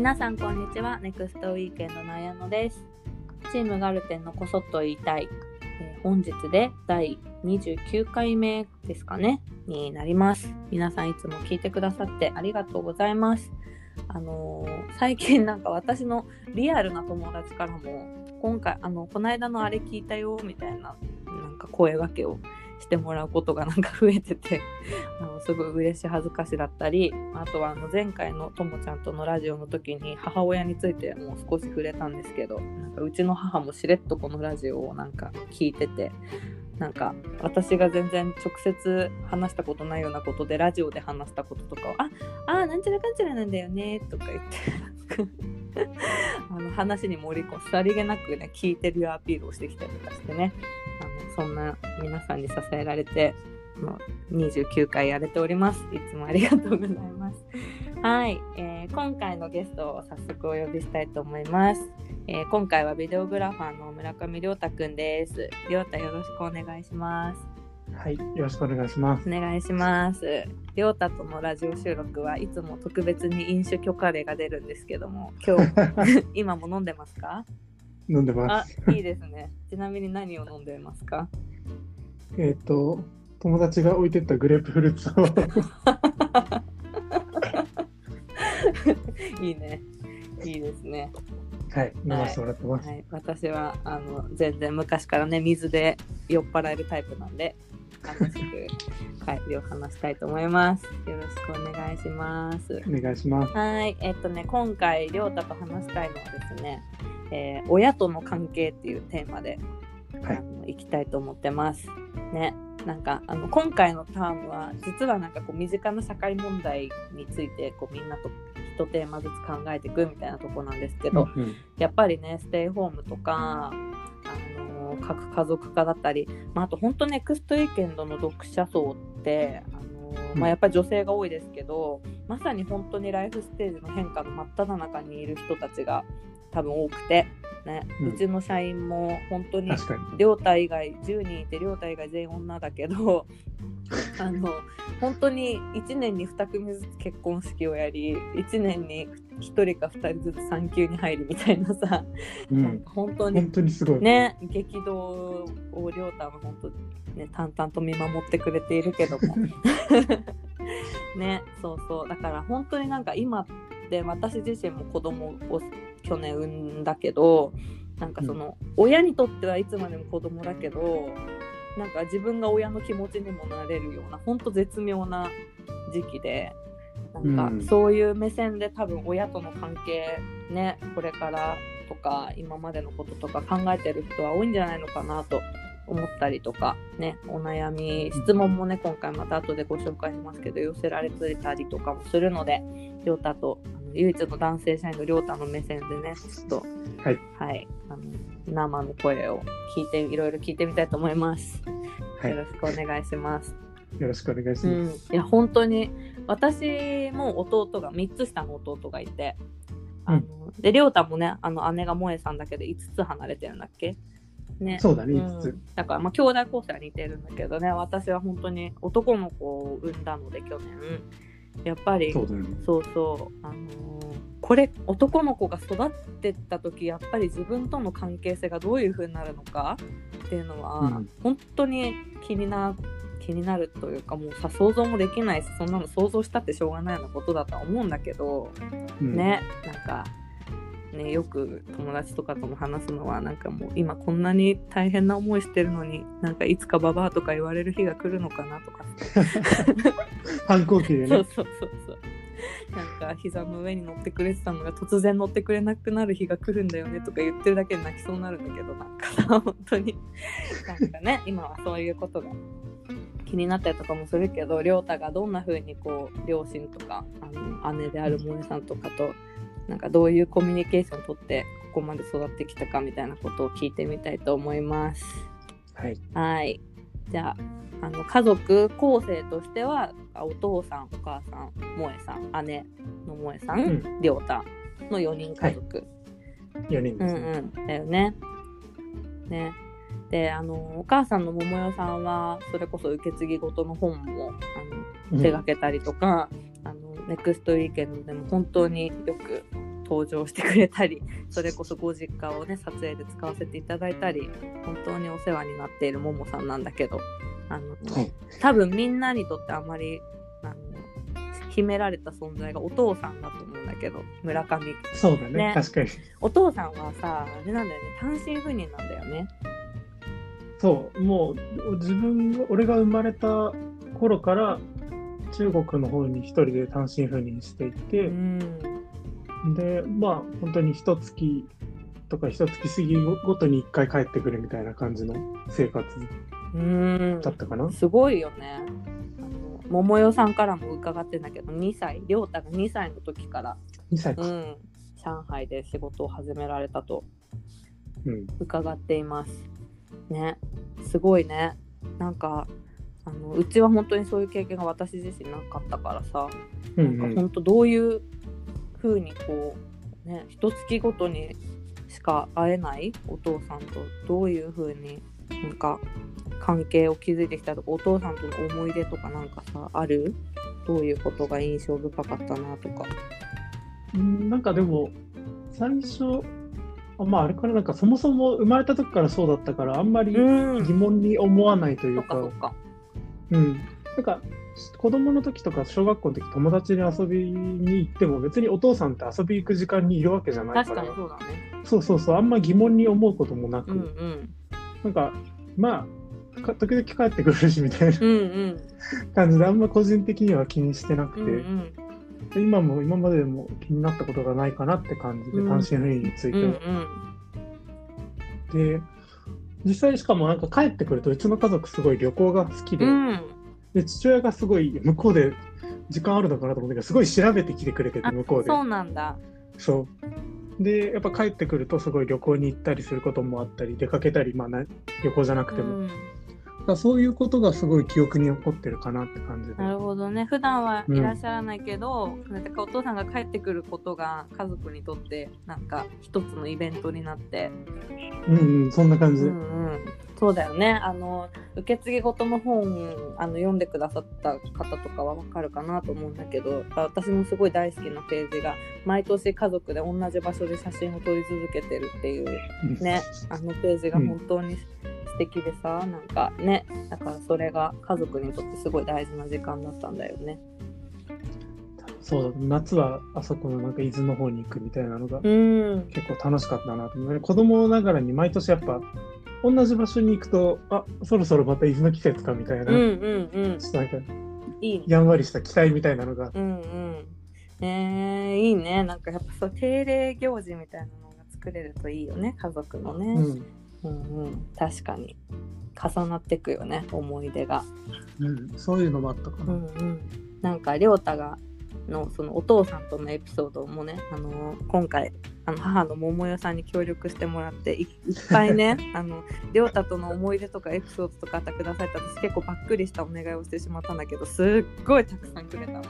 皆さんこんにちは。ネクストウィーケンドの綾乃です。チームガルテンのこそっと言いたい、本日で第29回目ですかねになります。皆さんいつも聞いてくださってありがとうございます。最近なんか私のリアルな友達からも今回この間のあれ聞いたよみたいななんか声掛けをしてもらうことがなんか増えててすごい嬉しい恥ずかしだったり、あとは前回のともちゃんとのラジオの時に母親についてもう少し触れたんですけど、なんかうちの母もしれっとこのラジオをなんか聞いてて、なんか私が全然直接話したことないようなことでラジオで話したこととかをなんちゃらかんちゃらなんだよねとか言って話に盛り込んさりげなくね聞いてるよアピールをしてきたりとかしてね、そんな皆さんに支えられて29回やれております。いつもありがとうございます。はい、今回のゲストを早速お呼びしたいと思います。今回はビデオグラファーの村上亮太くんです。亮太よろしくお願いします。 はい、よろしくお願いします。 お願いします。亮太とのラジオ収録はいつも特別に飲酒許可令が出るんですけども、今日今も飲んでますか？ 飲んでます。 いいですね。ちなみに何を飲んでますか？ 友達が置いてったグレープフルーツをいいね。いいですね。 はい、飲ませてもらってます。 はい、私は全然昔からね水で酔っ払えるタイプなんで楽しく帰りを話したいと思います。よろしくお願いします。 お願いします。 はい、今回亮太と話したいのはですね、親との関係っていうテーマで、いきたいと思ってますね。なんか今回のタームは実はなんかこう身近な社会問題についてこうみんなと一テーマずつ考えていくみたいなとこなんですけど、やっぱりねステイホームとか核家族化だったり、あと本当ネクストウィーケンドの読者層ってやっぱり女性が多いですけど、まさに本当にライフステージの変化の真っ只中にいる人たちが多分多くてね、うちの社員も本当に亮太以外10人いて亮太以外全員女だけど本当に1年に2組ずつ結婚式をやり1年に1人か2人ずつ産休に入るみたいなさ、なんか本当にすごいね激動を亮太は本当ね淡々と見守ってくれているけどもね、そうだから本当になんか今って私自身も子供を去年産んだけど、なんかその、親にとってはいつまでも子供だけどなんか自分が親の気持ちにもなれるような本当絶妙な時期で、なんかそういう目線で多分親との関係ねこれからとか今までのこととか考えてる人は多いんじゃないのかなと思ったりとかね、お悩み質問もね今回また後でご紹介しますけど寄せられてたりとかもするので、亮太と唯一の男性社員の亮太の目線でねちょっと生の声をいろいろ聞いてみたいと思います。よろしくお願いします。 よろしくお願いします。 いや本当に私も弟が3つ下の弟がいて、で亮太もね姉が萌さんだけで5つ離れてるんだっけね、 そうだね、5つ。 だから兄弟構成は似てるんだけどね、私は本当に男の子を産んだので去年やっぱりこれ男の子が育ってった時やっぱり自分との関係性がどういう風になるのかっていうのは、本当に気になるというかもうさ想像もできないし、そんなの想像したってしょうがないようなことだとは思うんだけど、ね、なんかねよく友達とかとも話すのはなんかもう今こんなに大変な思いしてるのになんかいつかババアとか言われる日が来るのかなとか反抗期でねそうなんか膝の上に乗ってくれてたのが突然乗ってくれなくなる日が来るんだよねとか言ってるだけで泣きそうになるんだけど、なんかさ本当になんかね今はそういうことが気になったりとかもするけど、亮太がどんな風にこう両親とか姉である萌さんとかとなんかどういうコミュニケーションをとってここまで育ってきたかみたいなことを聞いてみたいと思います。はい、じゃあ家族構成としてはお父さんお母さん萌さん姉の萌さん亮太の4人家族、 4人ですね、だよね。でお母さんの桃代さんはそれこそ受け継ぎごとの本も手掛けたりとか、ネクストウィーケンドでも本当によく登場してくれたり、それこそご実家をね撮影で使わせていただいたり、本当にお世話になっているももさんなんだけど、多分みんなにとってあまり秘められた存在がお父さんだと思うんだけど、村上。 そうだね、確かに。 お父さんはさ、あれなんだよね、単身赴任なんだよね。 そう、もう俺が生まれた頃から中国の方に一人で単身赴任していて、でまあ本当に一月とか一月過ぎごとに一回帰ってくるみたいな感じの生活だったかな。 すごいよね。桃代さんからも伺ってんだけど、亮太が2歳の時から 2歳か、 上海で仕事を始められたと伺っています、ね。すごいね。なんかうちは本当にそういう経験が私自身なかったからさ、なんか本当どういう風にこうね、一月ごとにしか会えないお父さんとどういう風になんか関係を築いてきたとか、お父さんとの思い出とかなんかさある？どういうことが印象深かったなとか。 なんかでも最初まああれからなんかそもそも生まれた時からそうだったからあんまり疑問に思わないというか、なんか子供の時とか小学校の時友達に遊びに行っても別にお父さんって遊び行く時間にいるわけじゃないから、 確かにそうだね。 そうあんま疑問に思うこともなく、なんかまあ時々帰ってくるしみたいな感じであんま個人的には気にしてなくて、今まででも気になったことがないかなって感じで、単身赴任については。で実際しかもなんか帰ってくるとうちの家族すごい旅行が好きで、で父親がすごい向こうで時間あるのかなと思ったけどすごい調べてきてくれてて、向こうで。 そうなんだ。 そうでやっぱ帰ってくるとすごい旅行に行ったりすることもあったり出かけたり、旅行じゃなくても、そういうことがすごい記憶に残ってるかなって感じで。 なるほどね。普段はいらっしゃらないけど、なんかお父さんが帰ってくることが家族にとってなんか一つのイベントになって、 そんな感じ。 そうだよね。受付ごとの本読んでくださった方とかはわかるかなと思うんだけど、私もすごい大好きなページが毎年家族で同じ場所で写真を撮り続けてるっていうね、ページが本当に素敵でさ、なんかね、だからそれが家族にとってすごい大事な時間だったんだよね。 そうだ、夏はあそこのなんか伊豆の方に行くみたいなのが結構楽しかったなと思う。子供ながらに毎年やっぱ同じ場所に行くとそろそろまた伊豆の季節かみたいな、ちょっとなんかやんわりした期待みたいなのが、 いいね。なんかやっぱそう定例行事みたいなのが作れるといいよね、家族のね。確かに重なってくよね、思い出が。 そういうのもあったかな。 なんか亮太がそのお父さんとのエピソードもね、今回母の桃代さんに協力してもらっていっぱいね亮太との思い出とかエピソードとかくださって私結構ばっくりしたお願いをしてしまったんだけど、すっごいたくさんくれたの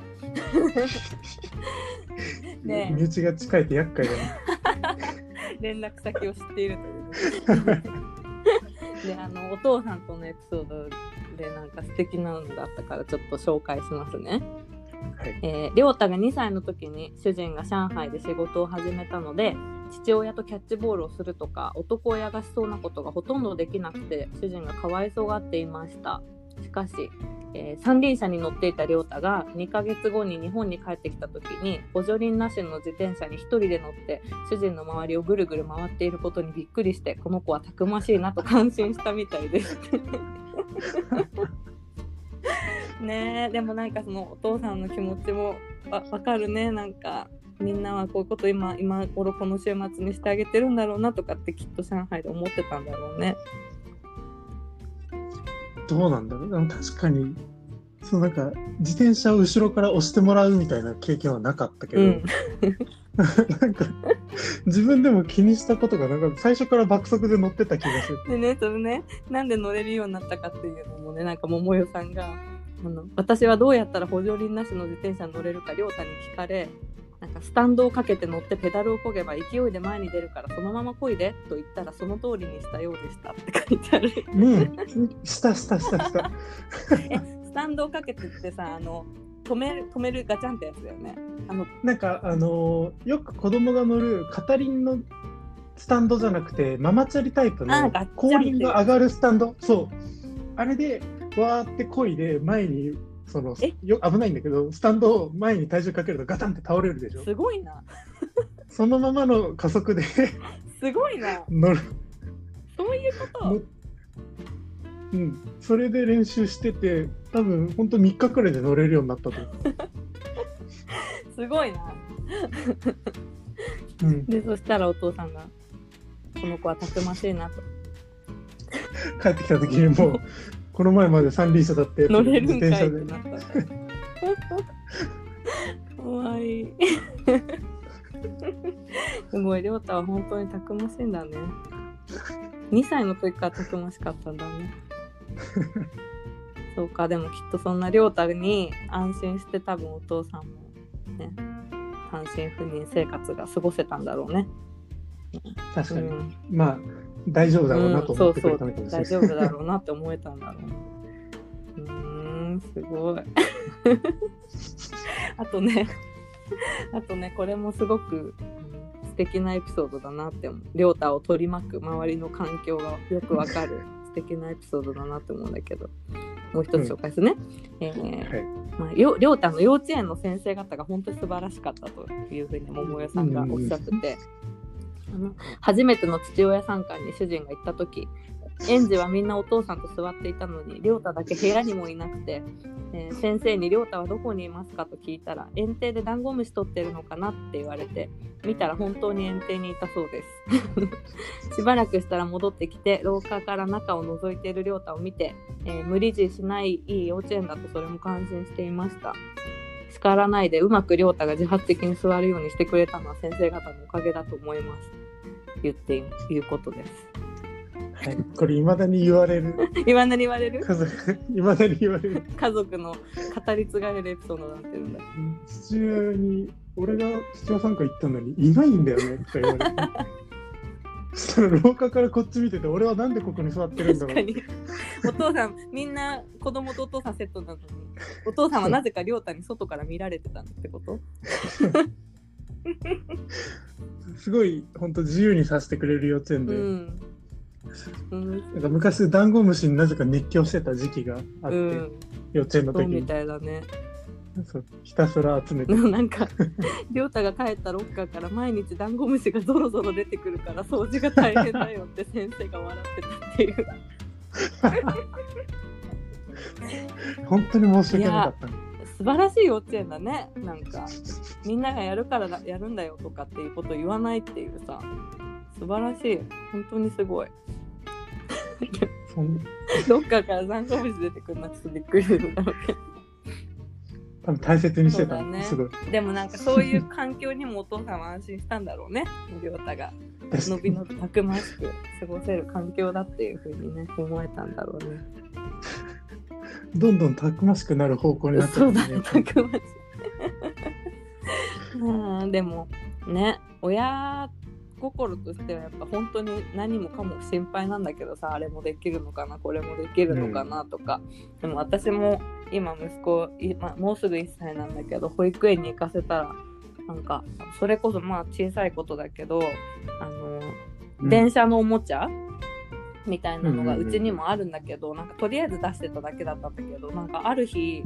ね、身内が近いって厄介だね連絡先を知っているというでお父さんとのエピソードでなんか素敵なのがあったからちょっと紹介しますね。亮太が2歳の時に主人が上海で仕事を始めたので、父親とキャッチボールをするとか男親がしそうなことがほとんどできなくて主人がかわいそうがっていました。しかし、三輪車に乗っていた亮太が2ヶ月後に日本に帰ってきた時に補助輪なしの自転車に一人で乗って主人の周りをぐるぐる回っていることにびっくりして、この子はたくましいなと感心したみたいですね。でもなんかそのお父さんの気持ちもわかるね。なんかみんなはこういうこと今頃この週末にしてあげてるんだろうなとかってきっと上海で思ってたんだろうね。 どうなんだろう。確かになんか自転車を後ろから押してもらうみたいな経験はなかったけど、なんか自分でも気にしたことがなんか最初から爆速で乗ってた気がする。 でね、それね、なんで乗れるようになったかっていうのもね、なんか桃代さんが私はどうやったら補助輪なしの自転車に乗れるか亮太に聞かれ、なんかスタンドをかけて乗ってペダルを漕げば勢いで前に出るからそのまま漕いでと言ったらその通りにしたようでしたって書いてある。 したスタンドをかけてってさ止めるガチャンってやつだよね。 なんかよく子供が乗る片輪のスタンドじゃなくてママチャリタイプの後輪が上がるスタンド、そうあれでわーって漕いで前に危ないんだけど、スタンドを前に体重かけるとガタンって倒れるでしょ。 すごいな。 そのままの加速ですごいな。 乗る。 そういうこと。 うん、それで練習してて、多分本当3日くらいで乗れるようになったと。 すごいな。 うん、 でそしたらお父さんがこの子はたくましいなと。 帰ってきた時にもうこの前まで三輪車だって乗れるんかいってなった。かわいい。すごい、りょうたは本当にたくましいんだね。2歳の時からたくましかったんだね。そうか、でもきっとそんなりょうたに安心して多分お父さんもね、単身赴任生活が過ごせたんだろうね。 確かに、まあ大丈夫だろうなと思ってくれたみたいです。 大丈夫だろうなって思えたんだろう。すごい。あとねこれもすごく素敵なエピソードだなって思う。りょうたを取り巻く周りの環境がよくわかる素敵なエピソードだなって思うんだけど、もう一つ紹介するね。りょうたの幼稚園の先生方が本当に素晴らしかったというふうに桃代さんがおっしゃってて、初めての父親参観に主人が行った時、園児はみんなお父さんと座っていたのにりょうただけ部屋にもいなくて、先生にりょうたはどこにいますかと聞いたら、園庭でダンゴムシ取ってるのかなって言われて、見たら本当に園庭にいたそうですしばらくしたら戻ってきて、廊下から中を覗いているりょうたを見て、無理強いしないいい幼稚園だとそれも感心していました。叱らないでうまくりょうたが自発的に座るようにしてくれたのは先生方のおかげだと思いますいうことです。 はい、これ未だに言われる未だに言われる家族の語り継がれるエピソードになってるんだ。 父親に俺が父親参加行ったのにいないんだよねって言われてそしたら廊下からこっち見てて、俺はなんでここに座ってるんだろう。確かにお父さんみんな子供とお父さんセットなのに、お父さんはなぜかりょうたに外から見られてたってことすごい本当自由にさせてくれる幼稚園で、なんか昔ダンゴムシになぜか熱狂してた時期があって、幼稚園の時にみたいだね。 そうひたすら集めてなんかりょうたが帰ったロッカーから毎日ダンゴムシがゾロゾロ出てくるから掃除が大変だよって先生が笑ってたっていう本当に申し訳なかった。 素晴らしい幼稚園だね。なんかみんながやるからやるんだよとかっていうことを言わないっていうさ、素晴らしい。本当にすごい。どっかからダンゴムシ出てくるのはちょっとびっくりするんだろうけど、 多分大切にしてたんだ、ね、すごい。 でもなんかそういう環境にもお父さんは安心したんだろうね。りょうたがのびのびたくましく過ごせる環境だっていうふうにね思えたんだろうね。 どんどんたくましくなる方向になってるね。 そうだ、たくましい。でもね、親心としてはやっぱ本当に何もかも心配なんだけどさ、あれもできるのかなこれもできるのかなとか、でも私も今息子もうすぐ1歳なんだけど、保育園に行かせたらなんかそれこそまあ小さいことだけど電車のおもちゃみたいなのがうちにもあるんだけど、なんかとりあえず出してただけだったんだけど、なんかある日、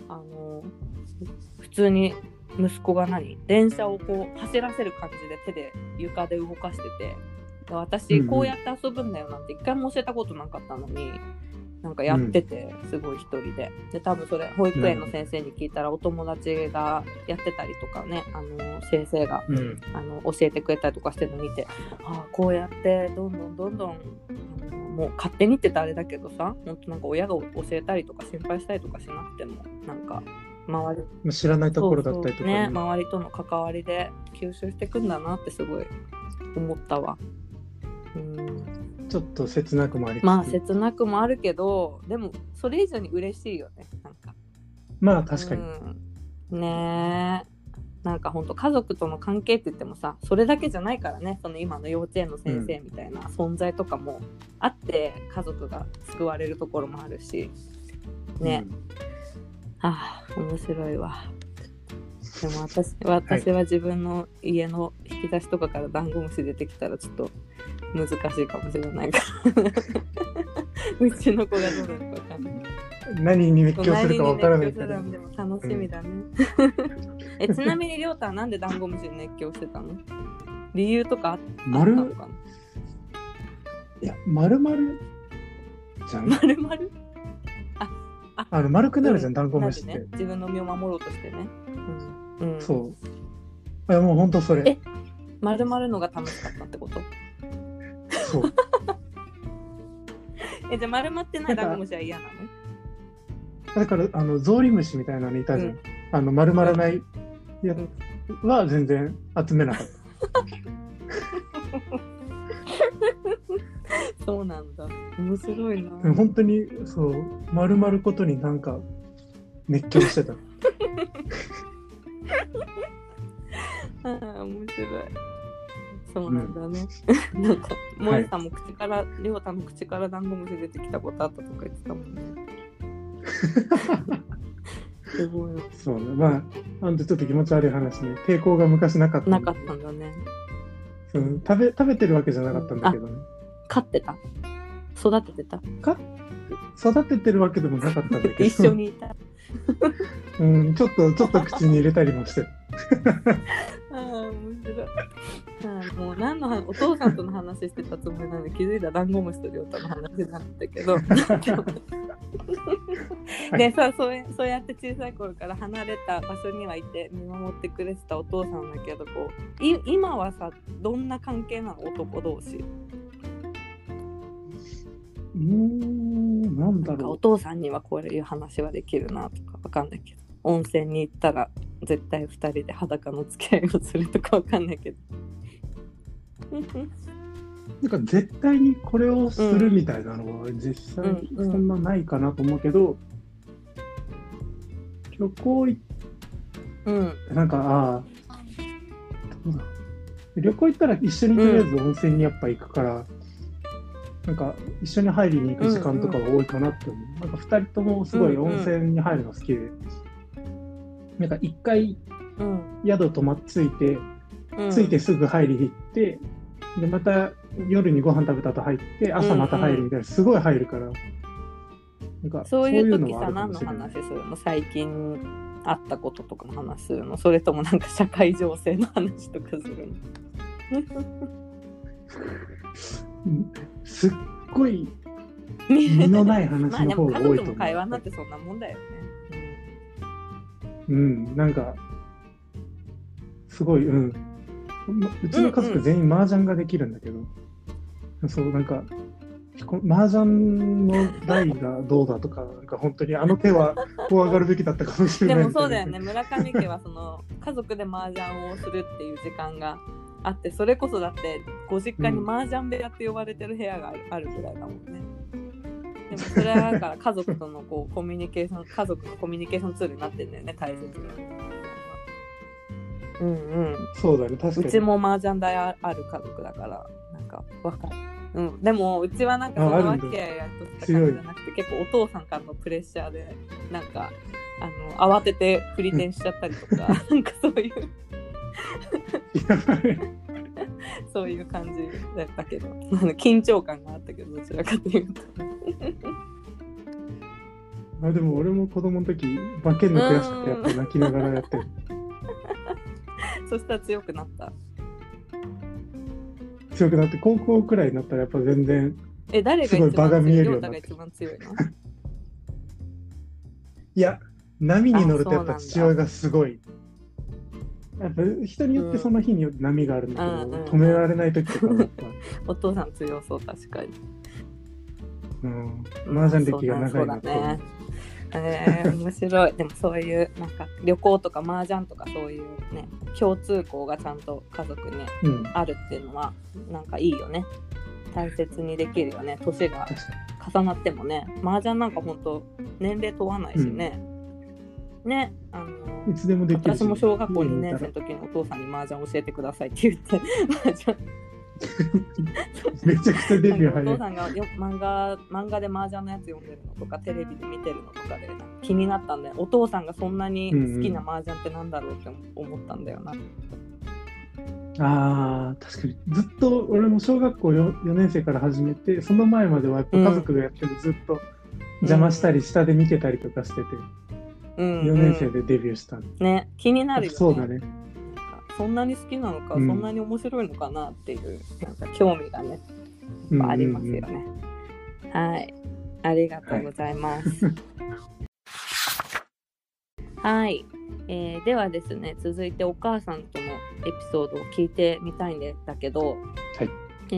普通に息子が電車をこう走らせる感じで手で床で動かしてて、私こうやって遊ぶんだよなんて一回も教えたことなかったのに、なんかやってて、すごい一人で多分それ保育園の先生に聞いたらお友達がやってたりとかね、先生が、教えてくれたりとかしてるのを見て、こうやってどんどんもう勝手にって言ったらあれだけどさ、本当なんか親が教えたりとか心配したりとかしなくてもなんか周り知らないところだったりとかね、周りとの関わりで吸収していくんだなってすごい思ったわ。 ちょっと切なくもありつつ、 まあ切なくもあるけど、でもそれ以上に嬉しいよね。なんかまあ確かに、 ねえ、なんか本当家族との関係って言ってもさ、それだけじゃないからね。その今の幼稚園の先生みたいな存在とかもあって、家族が救われるところもあるしね。 面白いわ。でも私は自分の家の引き出しとかからダンゴムシ出てきたらちょっと難しいかもしれないからうちの子がどうなるか分かんない。 何に熱狂するか分からないけど。 でも楽しみだね、ちなみにりょうたはなんでダンゴムシに熱狂してたの？理由とかあったのかな？ いや、丸々じゃん。 丸々？ 丸くなるじゃん、ダンゴムシって、 ね、自分の身を守ろうとしてね。 そう。いや、もうほんとそれ。 丸々のが楽しかったってこと？ そう。 じゃあ丸まってないダンゴムシは嫌なの？ だからゾウリムシみたいなのいたじゃん。丸まらないやつは全然集めなかった。 そうなんだ。面白いな。 本当にそう丸まることになんか熱狂してた。 面白い。そうなんだね。なんか萌えさんも口から、りょうたの口からダンゴムシ出てきたことあったとか言ってたもんね。すごい。 そうね。まあちょっと気持ち悪い話ね。抵抗が昔なかった。 なかったんだね。 食べてるわけじゃなかったんだけどね。 飼ってた？育ててた？ 育ててるわけでもなかったんだけど。 一緒にいた。 ちょっと口に入れたりもして。 面白い。もう何の話、お父さんとの話してたつもりなので気づいたらダンゴムシとりょうたの話になったけど。でさ、そうやって小さい頃から離れた場所にはいて見守ってくれてたお父さんだけど、こう今はさ、どんな関係なの？男同士。 なんだろう。 お父さんにはこういう話はできるなとかわかんないけど、温泉に行ったら絶対2人で裸の付き合いをするとかわかんないけどなんか絶対にこれをするみたいなのは実際そんなないかなと思うけど、旅行行ってなんかどうだ、旅行行ったら一緒にとりあえず温泉にやっぱ行くから、なんか一緒に入りに行く時間とかが多いかなって思う。なんか2人ともすごい温泉に入るの好きで、なんか1回宿ついてすぐ入りに行って、でまた夜にご飯食べた後入って朝また入るみたいな、すごい入るから、なんかそういう時さ、何の話するの？最近あったこととかの話するの？それともなんか社会情勢の話とかするの？ すっごい身のない話の方が多いと思う。 家族の会話なんてそんなもんだよね。 なんかすごい、うちの家族全員麻雀ができるんだけど、そうなんか麻雀の台がどうだとか、なんか本当に手はこう上がるべきだったかもしれない。 でもそうだよね。村上家はその家族で麻雀をするっていう時間があって、それこそだってご実家に麻雀部屋って呼ばれてる部屋があるぐらいだもんね。でもそれはだから家族とのこうコミュニケーション、家族のコミュニケーションツールになってるんだよね、大切に。 そうだね、確かに。 うちも麻雀台ある家族だからなんか分かる。でもうちはなんかそのわけやとした感じじゃなくて、結構お父さんからのプレッシャーでなんか慌てて振り転しちゃったりとか、なんかそういうそういう感じだったけど、緊張感があったけど、どちらかというとでも俺も子供の時負けんの悔しくてやっぱ泣きながらやってる。 そしたら強くなった？ 強くなって、高校くらいになったらやっぱ全然誰が一番強い？亮太が一番強いの？ いや、波に乗るとやっぱ父親がすごい。やっぱ人によってその日によって波があるんだけど、止められない時とかやっぱお父さん強そう、確かに。 麻雀歴が長いなと。 面白い。でもそういうなんか旅行とか麻雀とかそういうね、共通項がちゃんと家族にあるっていうのはなんかいいよね。大切にできるよね。年が重なってもね、麻雀なんか本当年齢問わないしね。ね、 いつでもできるし。 私も小学校2年生の時にお父さんに麻雀教えてくださいって言って麻雀めちゃくちゃデビュー早い。 お父さんが漫画で麻雀のやつ読んでるのとかテレビで見てるのとかで気になったんで、お父さんがそんなに好きな麻雀ってなんだろうって思ったんだよな。 ああ、確かにずっと俺も小学校 4年生から始めて、その前まではやっぱ家族がやってるずっと邪魔したり下で見てたりとかしてて、4年生でデビューしたね。気になるよね。 そうだね。 そんなに好きなのか、そんなに面白いのかなっていうなんか興味がね、ありますよね。はい、ありがとうございます。はい、ではですね、続いてお母さんとのエピソードを聞いてみたいんだけど、 はい、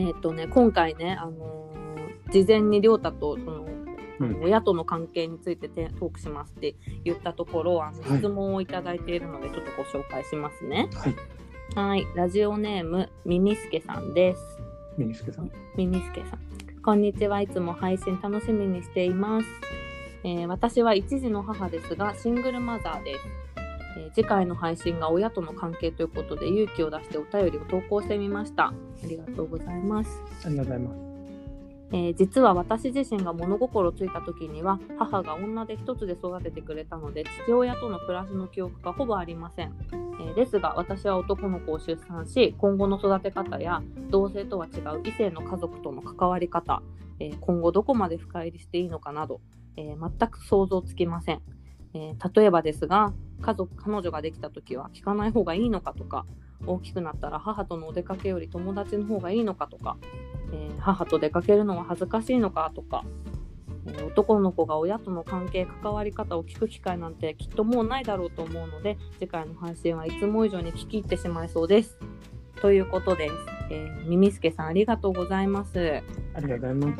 今回ね、事前に亮太とその親との関係についてトークしますって言ったところ、質問をいただいているのでちょっとご紹介しますね。はい、ラジオネームみみすけさんです。 みみすけさん、 こんにちは。いつも配信楽しみにしています。私は一児の母ですがシングルマザーです。次回の配信が親との関係ということで勇気を出してお便りを投稿してみました。ありがとうございます。 ありがとうございます。 実は私自身が物心ついた時には母が女手一つで育ててくれたので、父親との暮らしの記憶がほぼありません。ですが私は男の子を出産し、今後の育て方や同性とは違う異性の家族との関わり方、今後どこまで深入りしていいのかなど、全く想像つきません。例えばですが、彼女ができた時は聞かない方がいいのかとか、大きくなったら母とのお出かけより友達の方がいいのかとか、母と出かけるのは恥ずかしいのかとか、男の子が親との関係関わり方を聞く機会なんてきっともうないだろうと思うので、次回の配信はいつも以上に聞き入ってしまいそうです。ということです。みみすけさん、ありがとうございます。 ありがとうございます。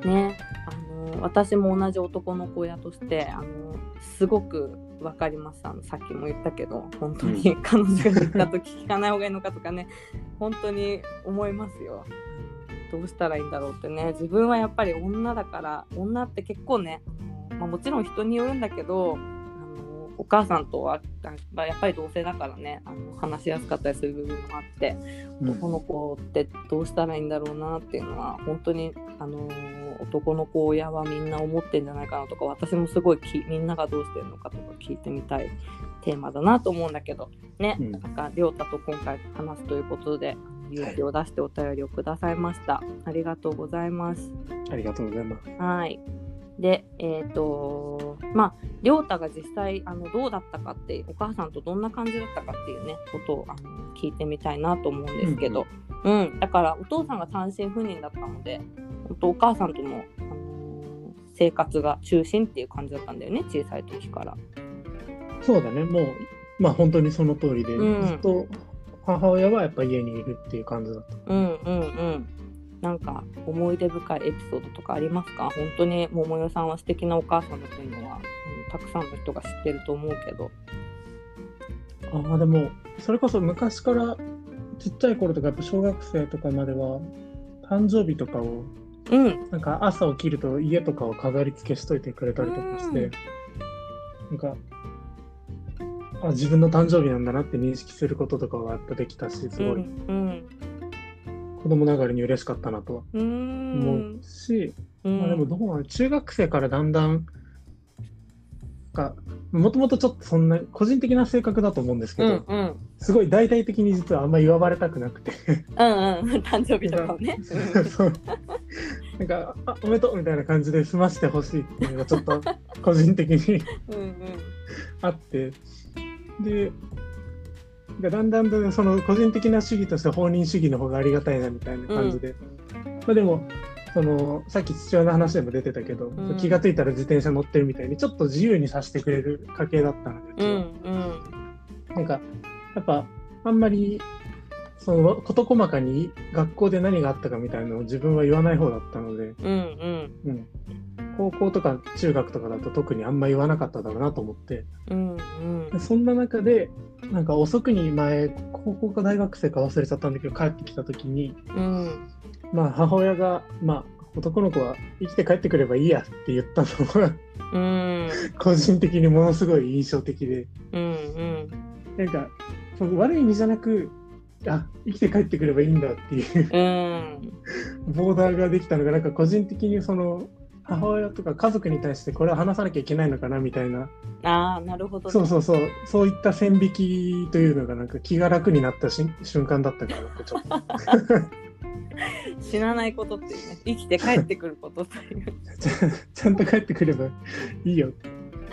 ね、私も同じ男の子親としてすごくわかります。さっきも言ったけど、本当に彼女ができた時聞かない方がいいのかとかね、本当に思いますよ。どうしたらいいんだろうってね。自分はやっぱり女だから、女って結構ね、もちろん人によるんだけど、お母さんとはやっぱり同性だからね、話しやすかったりする部分もあって、男の子ってどうしたらいいんだろうなっていうのは本当に男の子親はみんな思ってんじゃないかなとか、私もすごいみんながどうしてるのかとか聞いてみたいテーマだなと思うんだけどね。なんか亮太と今回話すということで勇気を出してお便りをくださいました。ありがとうございます。 ありがとうございます。 はい。で、亮太が実際どうだったかって、お母さんとどんな感じだったかっていうねことを聞いてみたいなと思うんですけど、だからお父さんが単身赴任だったので、お母さんとの、生活が中心っていう感じだったんだよね、小さい時から。 そうだね、もう本当にその通りで、ずっと母親はやっぱ家にいるっていう感じだった。 なんか思い出深いエピソードとかありますか？本当に桃代さんは素敵なお母さんだというのはたくさんの人が知ってると思うけど。 でもそれこそ昔からちっちゃい頃とかやっぱ小学生とかまでは誕生日とかを、なんか朝起きると家とかを飾り付けしといてくれたりとかして、なんか自分の誕生日なんだなって認識することとかがやっぱできたし、すごい、子供ながらに嬉しかったなとは思うし、でもどうなの、中学生からだんだんもともとちょっとそんな個人的な性格だと思うんですけど、すごい大々的に実はあんま祝われたくなくて誕生日とかをねそうなんかおめでとうみたいな感じで済ましてほしいっていうのがちょっと個人的にあって、でだんだんその個人的な主義として放任主義の方がありがたいなみたいな感じで、でもさっき父親の話でも出てたけど、気がついたら自転車乗ってるみたいにちょっと自由にさせてくれる家系だったので、なんかやっぱあんまり事細かに学校で何があったかみたいなのを自分は言わない方だったので、高校とか中学とかだと特にあんま言わなかっただろうなと思って、そんな中でなんか遅くに前高校か大学生か忘れちゃったんだけど帰ってきた時に、母親が男の子は生きて帰ってくればいいやって言ったのが個人的にものすごい印象的で、なんか悪い意味じゃなく生きて帰ってくればいいんだっていうボーダーができたのが、なんか個人的にその母親とか家族に対してこれは話さなきゃいけないのかなみたいな。 なるほど、ね、 そういった線引きというのがなんか気が楽になった瞬間だったかなってちょっと死なないことっていうね、生きて帰ってくることというちゃんと帰ってくればいいよって。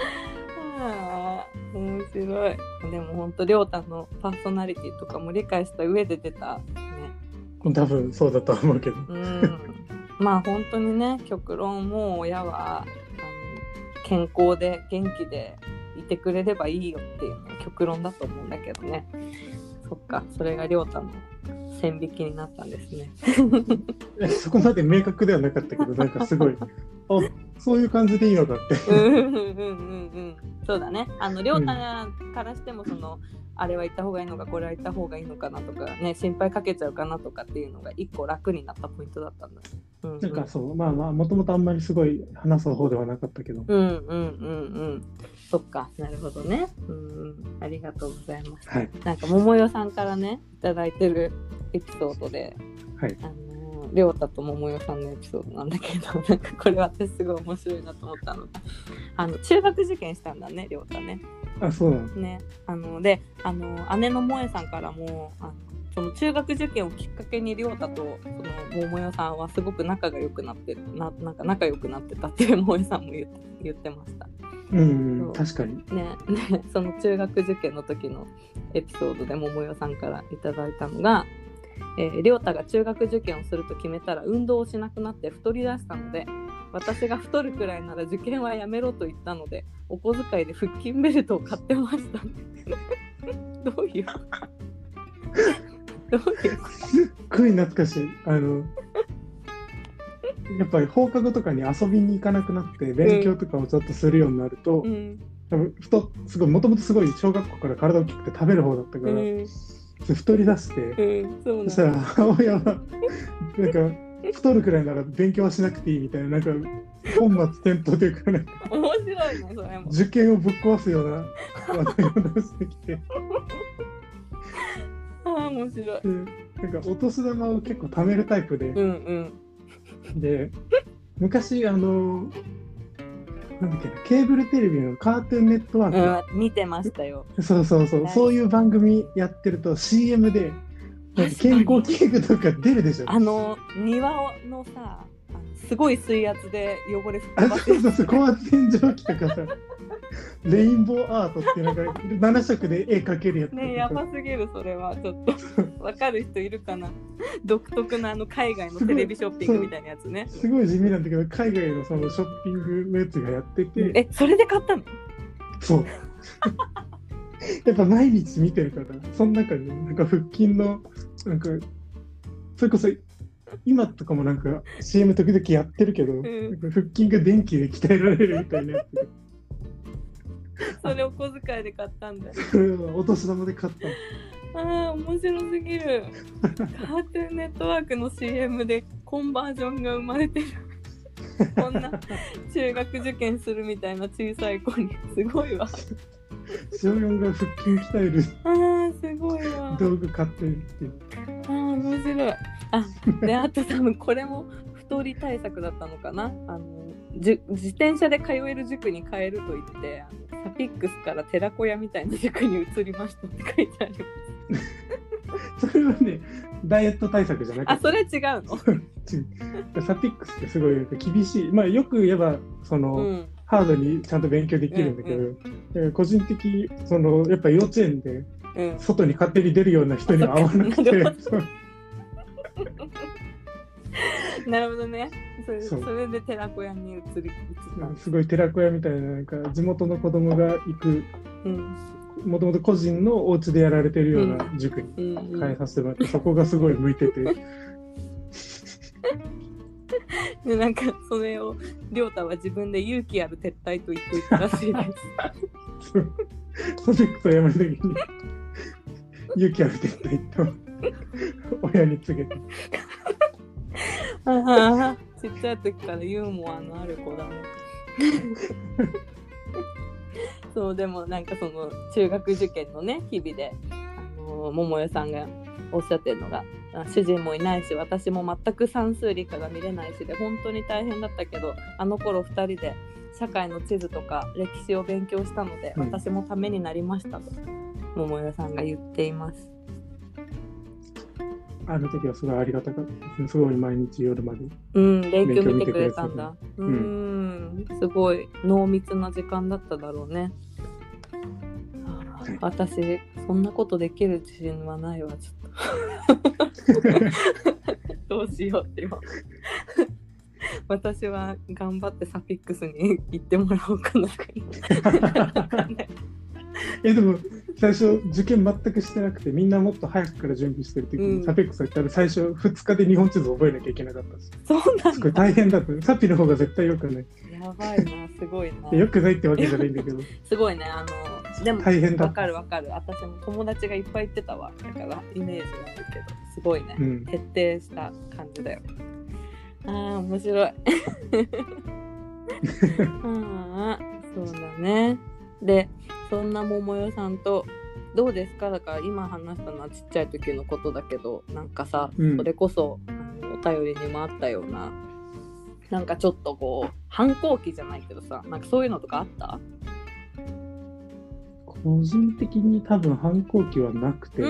面白い。でも本当りょうたのパーソナリティとかも理解した上で出たね。 多分そうだと思うけど、 まあ本当にね、極論もう親は健康で元気でいてくれればいいよっていうのが極論だと思うんだけどね。そっか、それがりょうたの線引きになったんですね。 そこまで明確ではなかったけど、なんかすごいそういう感じでいいのかってそうだね。りょうたからしてもその、あれは言った方がいいのかこれは言った方がいいのかなとかね、心配かけちゃうかなとかっていうのが一個楽になったポイントだったんだ。 なんかそうまあもともとあんまりすごい話す方ではなかったけど。 そっか、なるほどね。ありがとうございます。 はい、 なんか桃代さんからねいただいてるエピソードで、 はい、 りょうたと桃代さんのエピソードなんだけど、なんかこれ私すごい面白いなと思ったのが、中学受験したんだね、りょうたね。 そうなのね。で姉の萌さんからもその中学受験をきっかけにりょうたとその桃代さんはすごく仲が良くなってなんか仲良くなってたっていう萌さんも言ってました。 確かにね、その中学受験の時のエピソードで桃代さんからいただいたのが、りょうたが中学受験をすると決めたら運動をしなくなって太り出したので、私が太るくらいなら受験はやめろと言ったので、お小遣いで腹筋ベルトを買ってましたどういうすっごい懐かしい。やっぱり放課後とかに遊びに行かなくなって勉強とかをちょっとするようになると、多分すごいもともとすごい小学校から体大きくて食べる方だったから、太り出して、そしたら母親はなんか太るくらいなら勉強はしなくていいみたいな、なんか本末転倒というか、なんか面白いね、それも受験をぶっ壊すような話題を出してきて面白い。 なんかお年玉を結構貯めるタイプで、で昔なんだっけな、ケーブルテレビのカートゥーンネットワーク、 見てましたよ。 そういう番組やってると CM でなんか健康器具とか出るでしょ。 庭のさ、すごい水圧で汚れ吹き飛ばす。 そう高圧洗浄機とかさレインボーアートっていうのが7色で絵描けるやつね、やばすぎる。それはちょっと分かる人いるかな。独特な海外のテレビショッピングみたいなやつね。 すごい地味なんだけど、海外のそのショッピングのやつがやってて、 それで買ったの？ そうやっぱ毎日見てるから、その中になんか腹筋のなんかそれこそ今とかもなんか CM 時々やってるけど、なんか腹筋が電気で鍛えられるみたいなやつそれお小遣いで買ったんだよ。 お年玉で買ったの。面白すぎる。カートゥーンネットワークの CM でコンバージョンが生まれてる。こんな中学受験するみたいな小さい子にすごいわ。 小4が腹筋鍛えるすごいわ。 道具買ってるっていう。 面白い。で、あと多分これも太り対策だったのかな。自転車で通える塾に変えると言ってサピックスから寺子屋みたいな塾に移りましたって書いてありますそれはね、ダイエット対策じゃなくて、 それ違うのサピックスってすごい厳しい、まあよく言えばその、ハードにちゃんと勉強できるんだけど、個人的やっぱ幼稚園で外に勝手に出るような人には合わなくて、 なるほどね。それで寺子屋に移った。 すごい寺子屋みたいな、なんか地元の子供が行く、もともと個人のお家でやられてるような塾に変えさせてもらって、そこがすごい向いててで、なんかそれをりょうたは自分で勇気ある撤退と言っていたらしいですプロジェクトやめるときに勇気ある撤退と親に告げてちっちゃい時からユーモアのある子だねそう、でもなんかその中学受験のね日々で桃代さんがおっしゃってるのが、主人もいないし私も全く算数理科が見れないしで本当に大変だったけど、あの頃2人で社会の地図とか歴史を勉強したので、私もためになりましたと桃代さんが言っています。 あの時はすごいありがたかったですね。すごい毎日夜まで勉強見てくれたんだ。すごい濃密な時間だっただろうね。私そんなことできる自信はないわ。ちょっとどうしようって今私は頑張ってサフィックスに行ってもらおうかなでも最初受験全くしてなくて、みんなもっと早くから準備してる時に、サフィックス行ったら最初2日で日本地図覚えなきゃいけなかったし、 そうなんだ。 すごい大変だった。サピの方が絶対良くない。 やばいな、すごいな。 良くないってわけじゃないんだけどすごいね。でも大変だ。 わかる。私も友達がいっぱい言ってたわ。だからイメージがあるけど、すごいね、徹底した感じだよ。面白いそうだね。で、そんな桃代さんとどうですか？だから今話したのはちっちゃい時のことだけど、なんかさ、それこそお便りにもあったような、なんかちょっとこう反抗期じゃないけどさ、なんかそういうのとかあった？ 個人的に多分反抗期はなくて、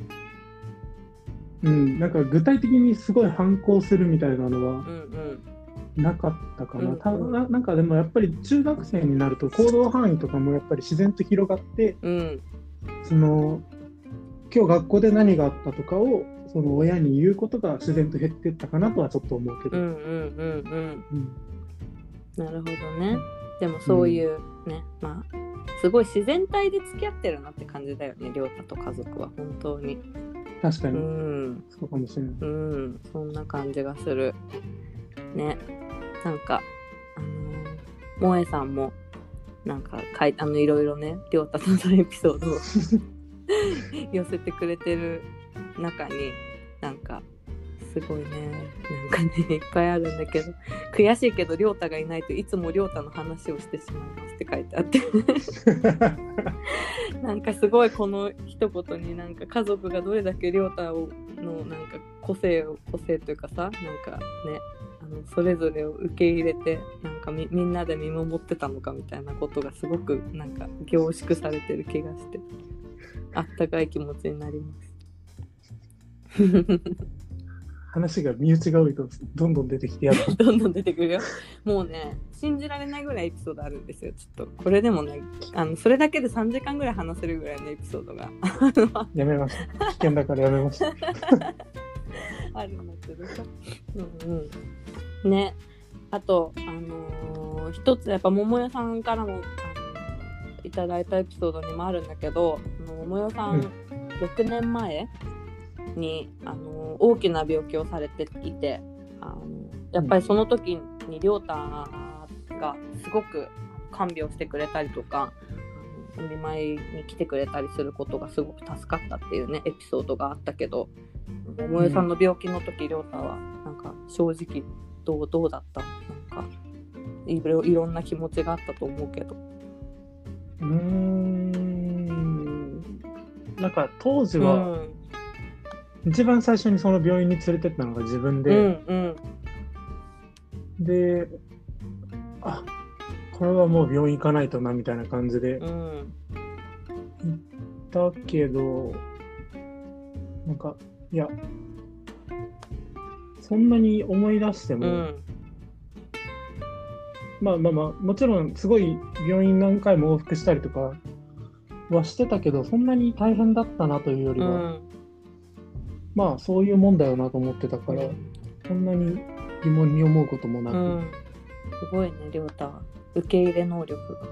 なんか具体的にすごい反抗するみたいなのはなかったかな。なんかでもやっぱり中学生になると行動範囲とかもやっぱり自然と広がって、その今日学校で何があったとかをその親に言うことが自然と減っていったかなとはちょっと思うけど。 なるほどね。でもそういうね、まあすごい自然体で付き合ってるなって感じだよね、亮太と家族は本当に。 確かに、そうかもしれない。 そんな感じがするね。なんか萌さんもなんかいろいろね、亮太とのエピソードを寄せてくれてる中になんかすごいね、なんかねいっぱいあるんだけど、悔しいけど亮太がいないといつも亮太の話をしてしまいますって書いてあってなんかすごいこの一言になんか家族がどれだけ亮太のなんか個性というかさ、なんかねそれぞれを受け入れてなんかみんなで見守ってたのかみたいなことがすごくなんか凝縮されてる気がしてあったかい気持ちになります話が身内が多いとどんどん出てきてやるどんどん出てくるよ。もうね信じられないぐらいエピソードあるんですよ。ちょっとこれでもねそれだけで3時間ぐらい話せるぐらいのエピソードがやめました。危険だからやめましたあるんだけどさ、ね。あと一つやっぱ桃代さんからもいただいたエピソードにもあるんだけど、桃代さん、6年前に大きな病気をされていて、やっぱりその時に亮太がすごく看病してくれたりとかお見舞いに来てくれたりすることがすごく助かったっていうねエピソードがあったけど、桃代さんの病気の時亮太はなんか正直どうだった？なんかいろんな気持ちがあったと思うけど。 なんか当時は、一番最初にその病院に連れてったのが自分で、で、これはもう病院行かないとなみたいな感じで行ったけど、なんかいやそんなに思い出しても、まあもちろんすごい病院何回も往復したりとかはしてたけど、そんなに大変だったなというよりは、まあそういうもんだよなと思ってたから、そんなに疑問に思うこともなく、 すごいね亮太は受け入れ能力が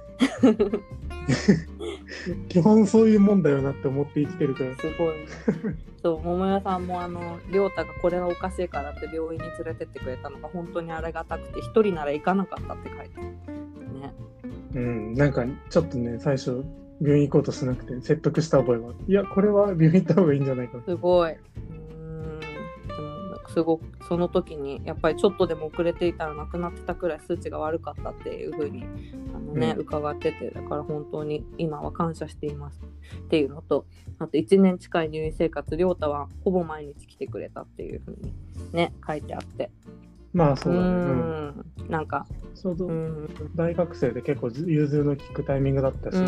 基本そういうもんだよなって思って生きてるから。 すごい、ね、そう桃代さんも亮太がこれがおかしいからって病院に連れてってくれたのが本当にありがたくて、一人なら行かなかったって書いてあるね。 なんかちょっとね最初病院行こうとしなくて説得した覚えは、いやこれは病院行った方がいいんじゃないか。 すごい。でもすごくその時にやっぱりちょっとでも遅れていたら亡くなってたくらい数値が悪かったっていう風に伺ってて、だから本当に今は感謝していますっていうのと、あと1年近い入院生活、亮太はほぼ毎日来てくれたっていう風にね書いてあって、 まあそうだね、 なんかちょうど大学生で結構融通の利くタイミングだったし、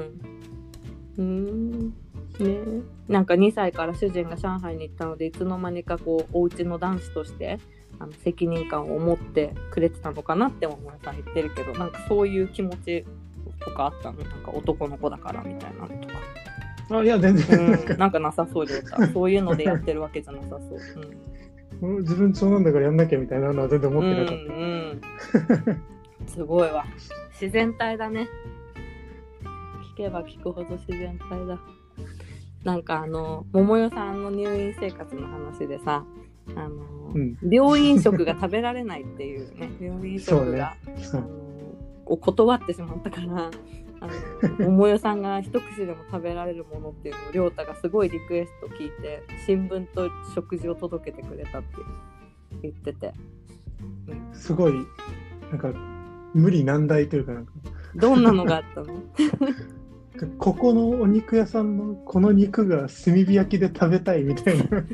ね、なんか2歳から主人が上海に行ったので、いつの間にかこうお家の男子として責任感を持ってくれてたのかなって桃代さん言ってるけど、なんかそういう気持ちとかあったの？なんか男の子だからみたいなのとか。 あ、いや全然、 なんかなさそうでそういうのでやってるわけじゃなさそう、 自分長男だからやんなきゃみたいなのは全然思ってなかった、 すごいわ、自然体だね。聞けば聞くほど自然体だ。なんか桃代さんの入院生活の話でさ、病院食が食べられないっていうね病院食が、を断ってしまったから桃代さんが一口でも食べられるものっていうのを亮太がすごいリクエスト聞いて新聞と食事を届けてくれたって言ってて、 すごいなんか無理難題というか、なんかどんなのがあったの？ ここのお肉屋さんのこの肉が炭火焼きで食べたいみたいなで、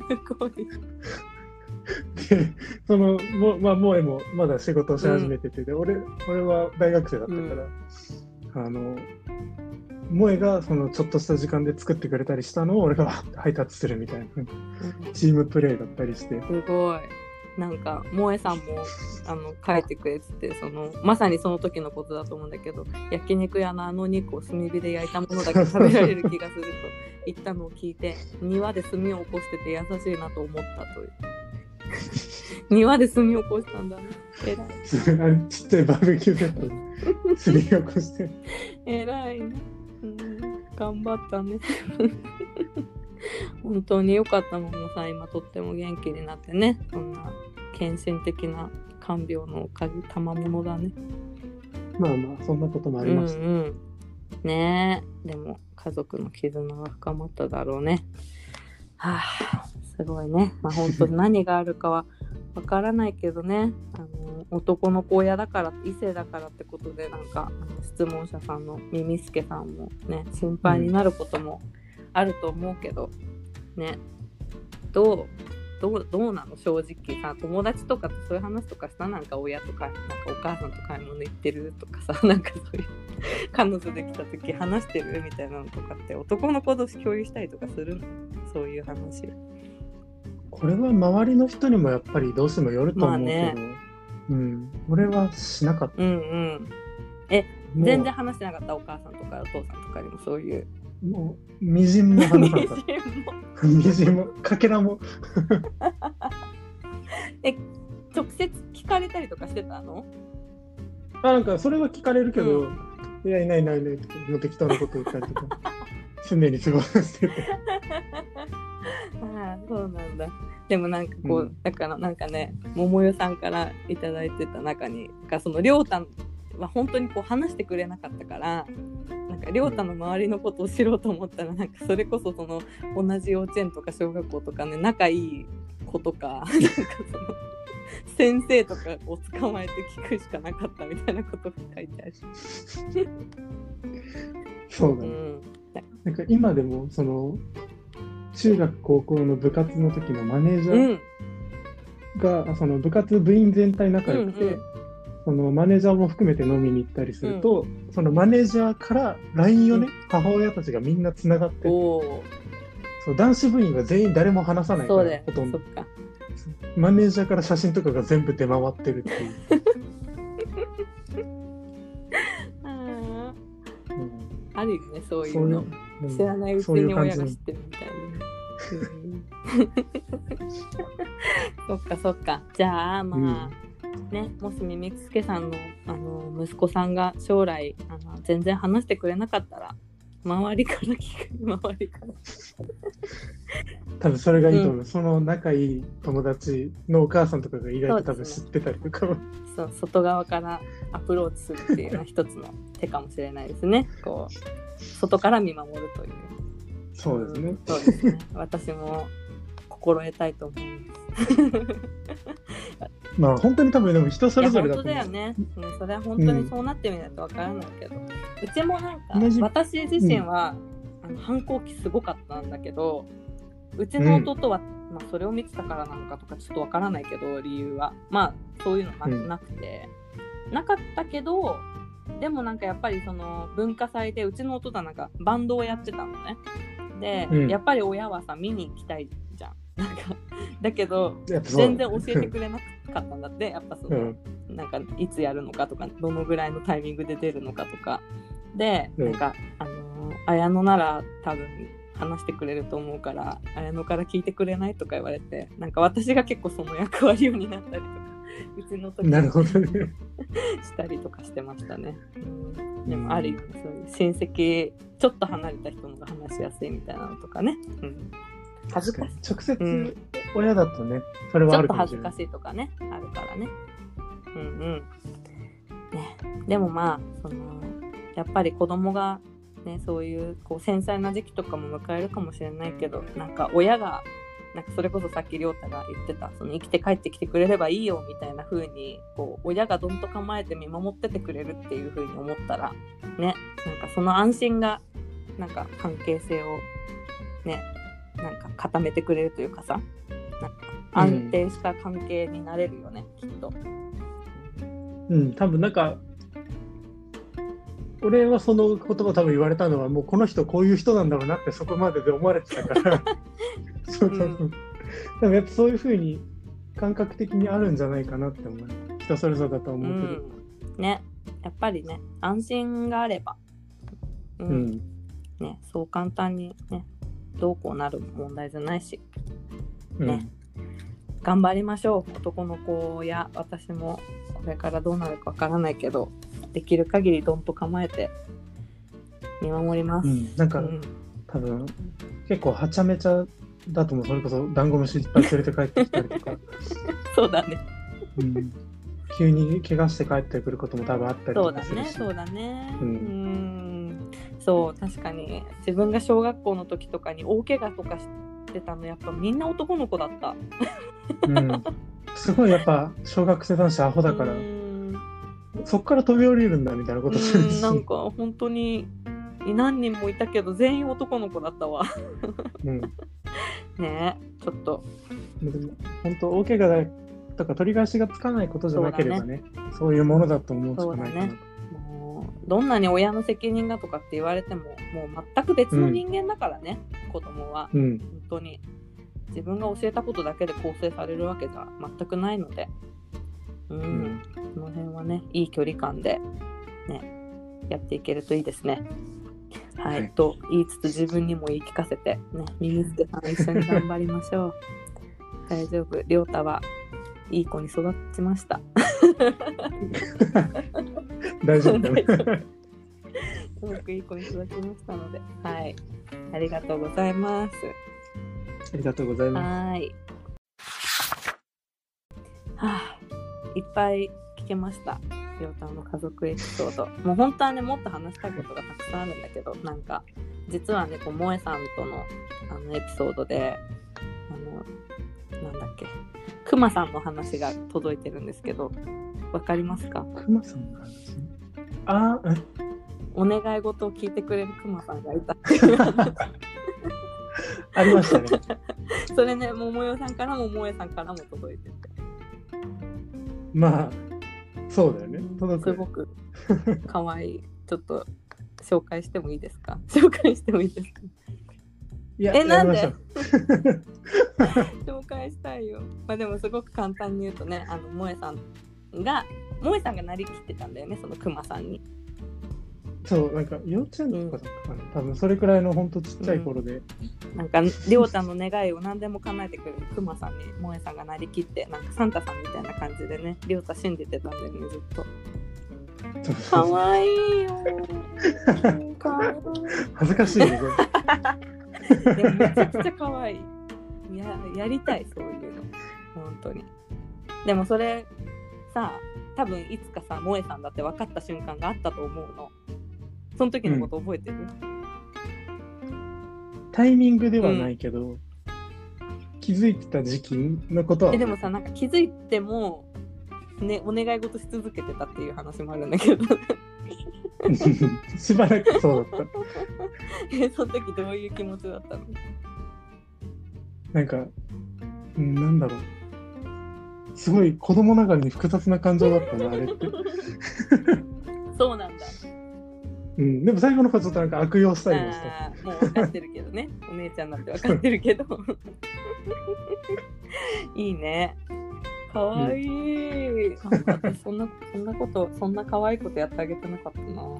その萌えもまだ仕事をし始めてて、俺は大学生だったから、萌えがそのちょっとした時間で作ってくれたりしたのを俺が配達するみたいな、チームプレーだったりして、 すごい。なんか萌えさんも書いてくれてて、まさにその時のことだと思うんだけど、焼肉屋の肉を炭火で焼いたものだけ食べられる気がすると言ったのを聞いて、庭で炭を起こしてて優しいなと思ったという庭で炭を起こしたんだね、偉いちっちゃいバーベキューセットで炭を起こして偉いね、頑張ったね本当に良かったものさ、今とっても元気になってね、そんな献身的な看病のおかげ賜物だね。 まあまあそんなこともありました、 ねえ、でも家族の絆が深まっただろうね。すごいね。まあ本当に何があるかはわからないけどね、男の子親だから異性だからってことで、なんか質問者さんのみみすけさんもね心配になることもあると思うけどね、どうなの正直さ、友達とかとそういう話とかした？なんか親とか、なんかお母さんと買い物行ってるとかさ、なんかそういう彼女できた時話してるみたいなのとかって男の子同士共有したりとかするの？そういう話。 これは周りの人にもやっぱりどうしてもよると思うけど、俺はしなかった。 全然話してなかった？お母さんとかお父さんとかにもそういう。 もうみじんも話さなかった。みじんもかけらも直接聞かれたりとかしてたの？ なんかそれは聞かれるけど、いやいないって適当なこと言ったりとか常に過ごしててそうなんだ。でもなんかこう、だからなんかね、桃代さんからいただいてた中にその亮太は本当にこう話してくれなかったから、なんか亮太の周りのことを知ろうと思ったら、なんかそれこそその同じ幼稚園とか小学校とかね、仲いい子とかなんかその先生とかを捕まえて聞くしかなかったみたいなことが書いてあるそうだね、なんか今でもその中学高校の部活の時のマネージャーが、その部活部員全体仲良くて、そのマネージャーも含めて飲みに行ったりすると、そのマネージャーから LINE をね、母親たちがみんなつながってて、そう男子部員は全員誰も話さないから、ほとんどマネージャーから写真とかが全部出回ってるっていうあるよね、そういうの。知らないうちに親が知ってるみたいな。そっか。じゃあまあ、ね、もしみみすけさんの息子さんが将来全然話してくれなかったら、周りから聞く。 多分それがいいと思う、その仲いい友達のお母さんとかが意外と多分知ってたりとか、 そう、外側からアプローチするっていうのは一つの手かもしれないですね。こう外から見守るという。 そうですね。 そうですね。私も心得たいと思います。 まあ本当に多分でも人それぞれだと思う。 いや本当だよね、それは本当にそうなってみないとわからないけど、うちもなんか私自身は、反抗期すごかったんだけど、うちの弟は、まあ、それを見てたからなのかとかちょっとわからないけど、理由はまあそういうのなくて、なかったけど、でもなんかやっぱりその文化祭でうちの弟はなんかバンドをやってたのね。で、やっぱり親はさ見に行きたいじゃん。なんかだけど全然教えてくれなかったんだって。やっぱその、なんかいつやるのかとか、どのぐらいのタイミングで出るのかとかで、なんか綾乃なら多分話してくれると思うから綾乃から聞いてくれないとか言われて、なんか私が結構その役割になったりとか、うちの時なるほどねしたりとかしてましたね。でもある意味そういう親戚ちょっと離れた人のが話しやすいみたいなのとかね、恥ずかしい。 直接親だとね、それはあるかもしれない。 ちょっと恥ずかしいとかね、あるからね。ね、でもまあそのやっぱり子供がね、そういうこう繊細な時期とかも迎えるかもしれないけど、なんか親がなんかそれこそさっき亮太が言ってた、その生きて帰ってきてくれればいいよみたいな風にこう親がどんと構えて見守っててくれるっていう風に思ったらね、なんかその安心がなんか関係性をね、なんか固めてくれるというかさ、なんか安定した関係になれるよね、きっと。 多分なんか俺はその言葉多分言われたのはもうこの人こういう人なんだろうなってそこまでで思われてたからそうでもやっぱそういう風に感覚的にあるんじゃないかなって思う。人それぞれだと思うけど、 ね、やっぱりね、安心があれば、ね、そう簡単にねどうこうなる問題じゃないし、ね、頑張りましょう。男の子や私もこれからどうなるかわからないけど、できる限りどんと構えて見守ります。 なんか、多分結構はちゃめちゃだと思う。それこそダンゴムシいっぱい連れて帰ってきたりとかそうだね、 急に怪我して帰ってくることも多分あったりとかするし。 そうだね、そう確かに自分が小学校の時とかに大怪我とかしてたのやっぱみんな男の子だったすごいやっぱ小学生男子アホだから、そっから飛び降りるんだみたいなことするし、 なんか本当に何人もいたけど全員男の子だったわねえ、ちょっとでも本当大怪我とか取り返しがつかないことじゃなければね、そういうものだと思うしかないかな。 もうどんなに親の責任がとかって言われてももう全く別の人間だからね、子供は、本当に自分が教えたことだけで構成されるわけじゃ全くないので、その辺はねいい距離感でねやっていけるといいですね。はい、と言いつつ自分にも言い聞かせてね、みみすけさん一緒に頑張りましょう大丈夫、りょうたはいい子に育ちました大丈夫だねすごくいい子に育ちましたので、はい、ありがとうございます。 ありがとうございます。 はい、いっぱい聞けました、りょうたの家族エピソード。もう本当はねもっと話したいことがたくさんあるんだけど、なんか実はねこう萌えさんとのエピソードでなんだっけ、くまさんの話が届いてるんですけど、わかりますか？ くまさんの話？ お願い事を聞いてくれるくまさんがいたありましたねそれね、桃代さんからも萌えさんからも届いてて、 まあそうだよね、 すごくかわいいちょっと紹介してもいいですか？紹介してもいいですか？ いや、 なんで紹介したいよ。まあでもすごく簡単に言うとね、萌えさんがなりきってたんだよね、そのくまさんに。 そう、なんか幼稚園とかだったかな、多分それくらいのほんとちっちゃい頃で、 なんかりょうたの願いを何でも叶えてくれるくまさんに萌えさんがなりきって、なんかサンタさんみたいな感じでね、りょうた信じてたんだよね、ずっと。かわいいよ恥ずかしいねでもめちゃくちゃかわいい。やりたい、そういうの本当に。でもそれさ、多分いつかさ萌えさんだって分かった瞬間があったと思うの。その時のこと覚えてる？ タイミングではないけど、 気づいてた時期のことは。 でもさ、なんか気づいてもね、お願い事し続けてたっていう話もあるんだけどしばらくそうだった。 その時どういう気持ちだったの？ なんか、なんだろう。すごい子供ながらに複雑な感情だったな、あれって。 そうなんだ。 でも最後の方ちょっとなんか悪用したりもした。 もう分かってるけどね。お姉ちゃんだって分かってるけど。いいね。かわいい。私そんな可愛いことやってあげてなかったな。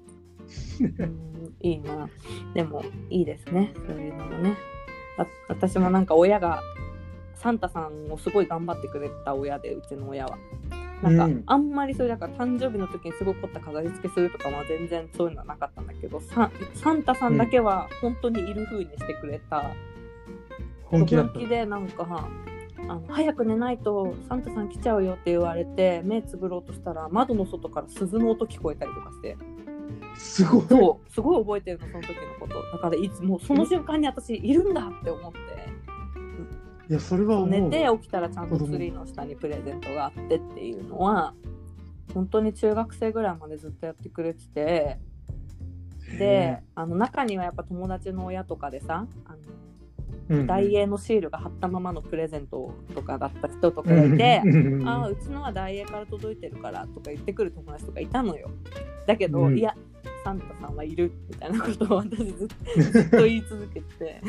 いいな。でもいいですね。そういうのもね。私もなんか親がサンタさんをすごい頑張ってくれた親で、うちの親は。なんかあんまりそれだから誕生日の時にすごい凝った飾り付けするとかは全然そういうのはなかったんだけど、サンタさんだけは本当にいる風にしてくれた。 本気でなんか早く寝ないとサンタさん来ちゃうよって言われて、目つぶろうとしたら窓の外から鈴の音聞こえたりとかして、 すごい覚えてるの、その時のことだから。いつもその瞬間に私いるんだって思って、 いやそれは思う。 寝て起きたらちゃんとツリーの下にプレゼントがあってっていうのは本当に中学生ぐらいまでずっとやってくれてて、で中にはやっぱ友達の親とかでさ、ダイエーのシールが貼ったままのプレゼントとかだった人とかがいて、うちのはダイエーから届いてるからとか言ってくる友達とかいたのよ。だけど、いやサンタさんはいるみたいなことを私ずっと言い続けて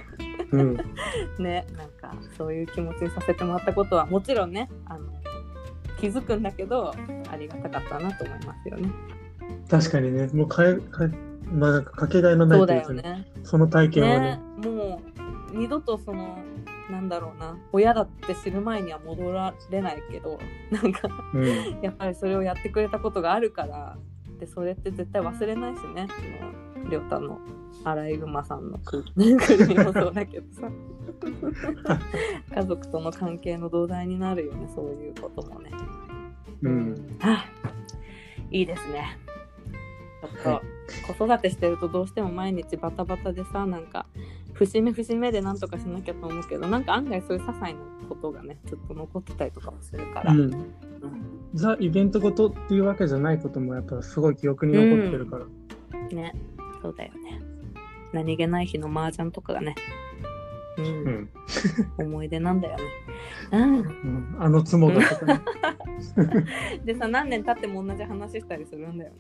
ね、なんかそういう気持ちにさせてもらったことはもちろんね、気づくんだけどありがたかったなと思いますよね。 確かにね、もうまあなんかかけがえのないというかね、その体験はね、 もう二度となんだろうな、親だって知る前には戻られないけど、なんか、やっぱりそれをやってくれたことがあるから、でそれって絶対忘れないしね。りょうたのアライグマさんの空気もそうだけどさ家族との関係の土台になるよね、そういうこともね。いいですね。ちょっと子育てしてるとどうしても毎日バタバタでさ、なんか節目でなんとかしなきゃと思うけど、なんか案外そういう些細なことがねちょっと残ってたりとかもするから、 ザ・イベントごとっていうわけじゃないこともやっぱすごい記憶に残ってるから、 ね、そうだよね。何気ない日の麻雀とかがね、思い出なんだよね。 あのつもがとかねでさ、何年経っても同じ話したりするんだよね。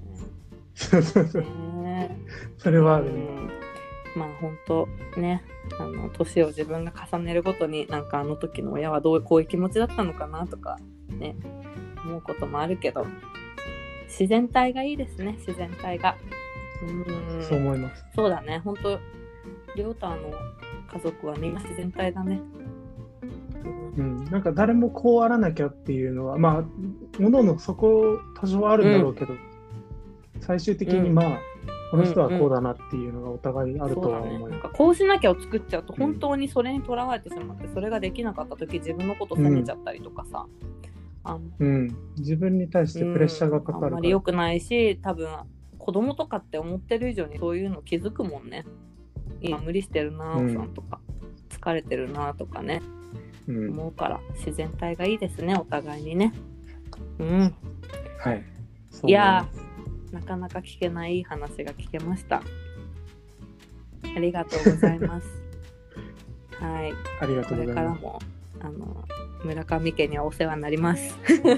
それはあるね。 まあ本当ね、年を自分が重ねるごとになんかあの時の親はこういう気持ちだったのかなとかね思うこともあるけど、自然体がいいですね。自然体が。 そう思います。 そうだね。本当りょうたの家族はみんな自然体だね。 なんか誰もこうあらなきゃっていうのはまあ各々そこ多少あるんだろうけど、最終的にまあ、この人はこうだなっていうのがお互いあるとは思います。 なんかこうしなきゃを作っちゃうと本当にそれにとらわれてしまって、それができなかった時自分のこと責めちゃったりとかさ、 自分に対してプレッシャーがかかるから、 あんまり良くないし、多分子供とかって思ってる以上にそういうの気づくもんね。今無理してるな、奥さんとか、疲れてるなとかね、思うから自然体がいいですね、お互いにね。 はい。 いやー、なかなか聞けない話が聞けました。ありがとうございます。はい。 ありがとうございます。これからも村上家にはお世話になります。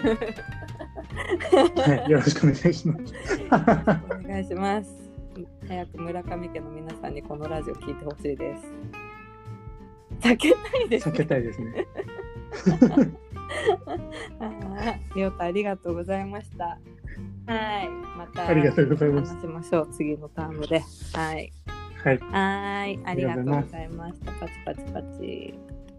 はい、よろしくお願いします。 お願いします。早く村上家の皆さんにこのラジオ聞いてほしいです。避けたいですね。 避けたいですね。 りょうたありがとうございました。はい、またありがとうございます。 話しましょう、次のタームで。はい。ありがとうございました。パチパチパチ。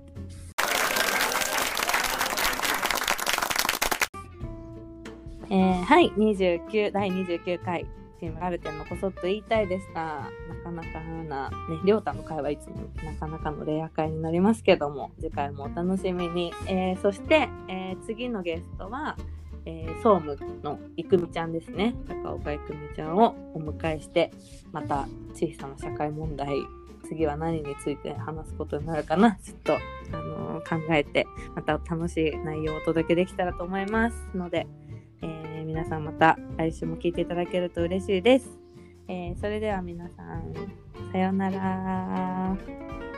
はい、第29回チームガルテンのこそっと言いたいでした。なかなかな、ね、りょうたの会はいつもなかなかのレア会になりますけども、次回もお楽しみに。そして、次のゲストは、総務のいくみちゃんですね。高岡いくみちゃんをお迎えして、また小さな社会問題次は何について話すことになるかな、ちょっと、考えてまた楽しい内容をお届けできたらと思いますので、皆さんまた来週も聞いていただけると嬉しいです。それでは皆さん、さようなら。